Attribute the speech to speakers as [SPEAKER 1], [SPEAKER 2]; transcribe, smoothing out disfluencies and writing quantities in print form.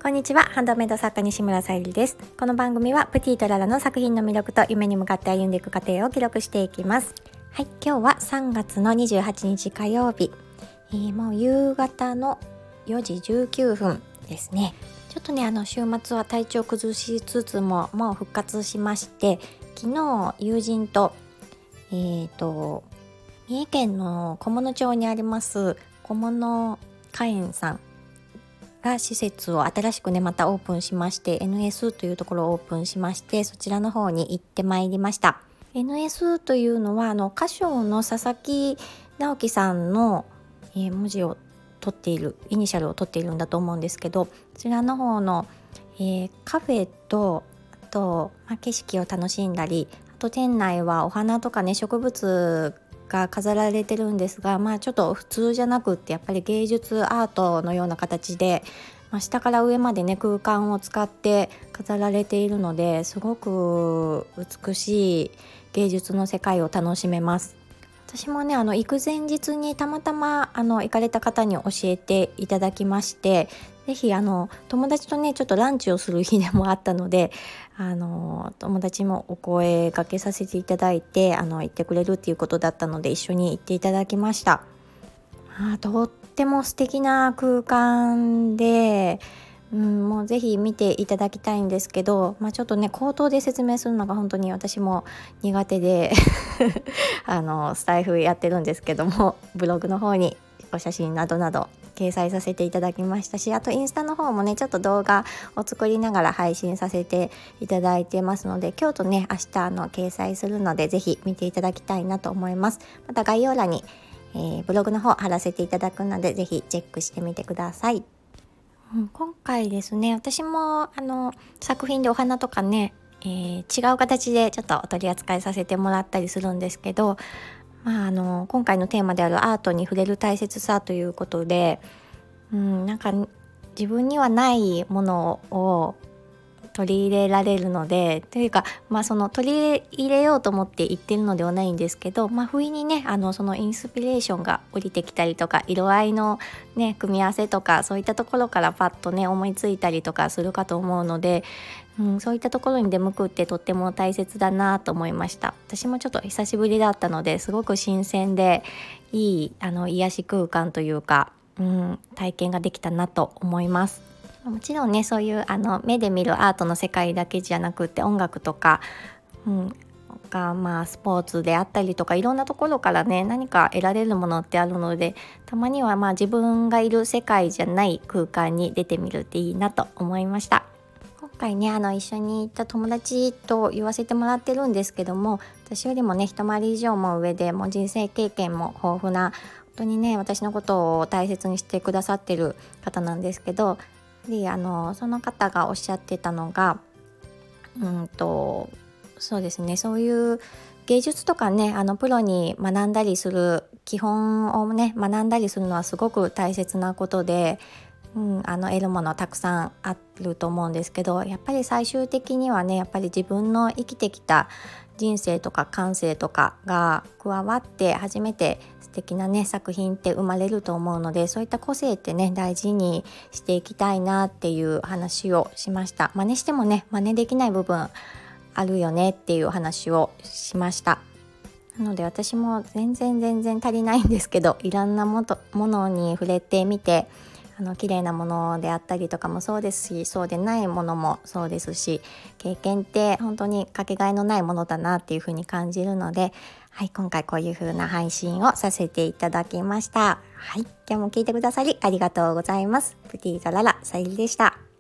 [SPEAKER 1] こんにちは、ハンドメイド作家西村さゆりです。この番組はプティとララの作品の魅力と夢に向かって歩んでいく過程を記録していきます。はい、今日は3月の28日火曜日、もう夕方の4時19分ですね。ちょっとね、週末は体調崩しつつももう復活しまして、昨日友人と三重県の菰野町にあります菰野花園さんが施設を新しくねまたオープンしまして、 NS というところをオープンしまして、そちらの方に行ってまいりました。 NS というのは歌唱の佐々木直樹さんの、文字を取っているイニシャルを取っているんだと思うんですけど、こちらの方の、カフェとあと、景色を楽しんだり、あと店内はお花とかね植物が飾られてるんですが、ちょっと普通じゃなくってやっぱり芸術アートのような形で、下から上までね空間を使って飾られているので、すごく美しい芸術の世界を楽しめます。私もね行く前日にたまたま行かれた方に教えていただきまして、ぜひ友達とねちょっとランチをする日でもあったので、友達もお声掛けさせていただいて行ってくれるっていうことだったので、一緒に行っていただきました。とっても素敵な空間で、もうぜひ見ていただきたいんですけど、ちょっとね口頭で説明するのが本当に私も苦手でスタイフやってるんですけども、ブログの方にお写真などなど掲載させていただきましたし、あとインスタの方もねちょっと動画を作りながら配信させていただいてますので、今日とね明日掲載するので、ぜひ見ていただきたいなと思います。また概要欄に、ブログの方貼らせていただくので、ぜひチェックしてみてください。今回ですね、私も作品でお花とかね、違う形でちょっとお取り扱いさせてもらったりするんですけど、今回のテーマであるアートに触れる大切さということで、なんか自分にはないものを取り入れられるので、というか、その取り入れようと思って言ってるのではないんですけど、不意にねそのインスピレーションが降りてきたりとか、色合いのね組み合わせとか、そういったところからパッとね思いついたりとかするかと思うので、そういったところに出向くってとっても大切だなと思いました。私もちょっと久しぶりだったので、すごく新鮮でいい癒し空間というか、体験ができたなと思います。もちろんねそういう目で見るアートの世界だけじゃなくって、音楽とか、スポーツであったりとか、いろんなところからね何か得られるものってあるので、たまには自分がいる世界じゃない空間に出てみるっていいなと思いました。今回ね一緒に行った友達と言わせてもらってるんですけども、私よりもね一回り以上も上で、もう人生経験も豊富な、本当にね私のことを大切にしてくださってる方なんですけど、でその方がおっしゃってたのが、そうですね、そういう芸術とかねプロに学んだりする基本をね学んだりするのはすごく大切なことで、得るものたくさんあると思うんですけど、やっぱり最終的にはねやっぱり自分の生きてきた人生とか感性とかが加わって初めて素敵なね作品って生まれると思うので、そういった個性ってね大事にしていきたいなっていう話をしました。真似してもね真似できない部分あるよねっていう話をしました。なので私も全然足りないんですけど、いろんなものに触れてみて、綺麗なものであったりとかもそうですし、そうでないものもそうですし、経験って本当にかけがえのないものだなっていう風に感じるので、はい、今回こういう風な配信をさせていただきました。はい、今日も聞いてくださりありがとうございます。プティとララさゆりでした。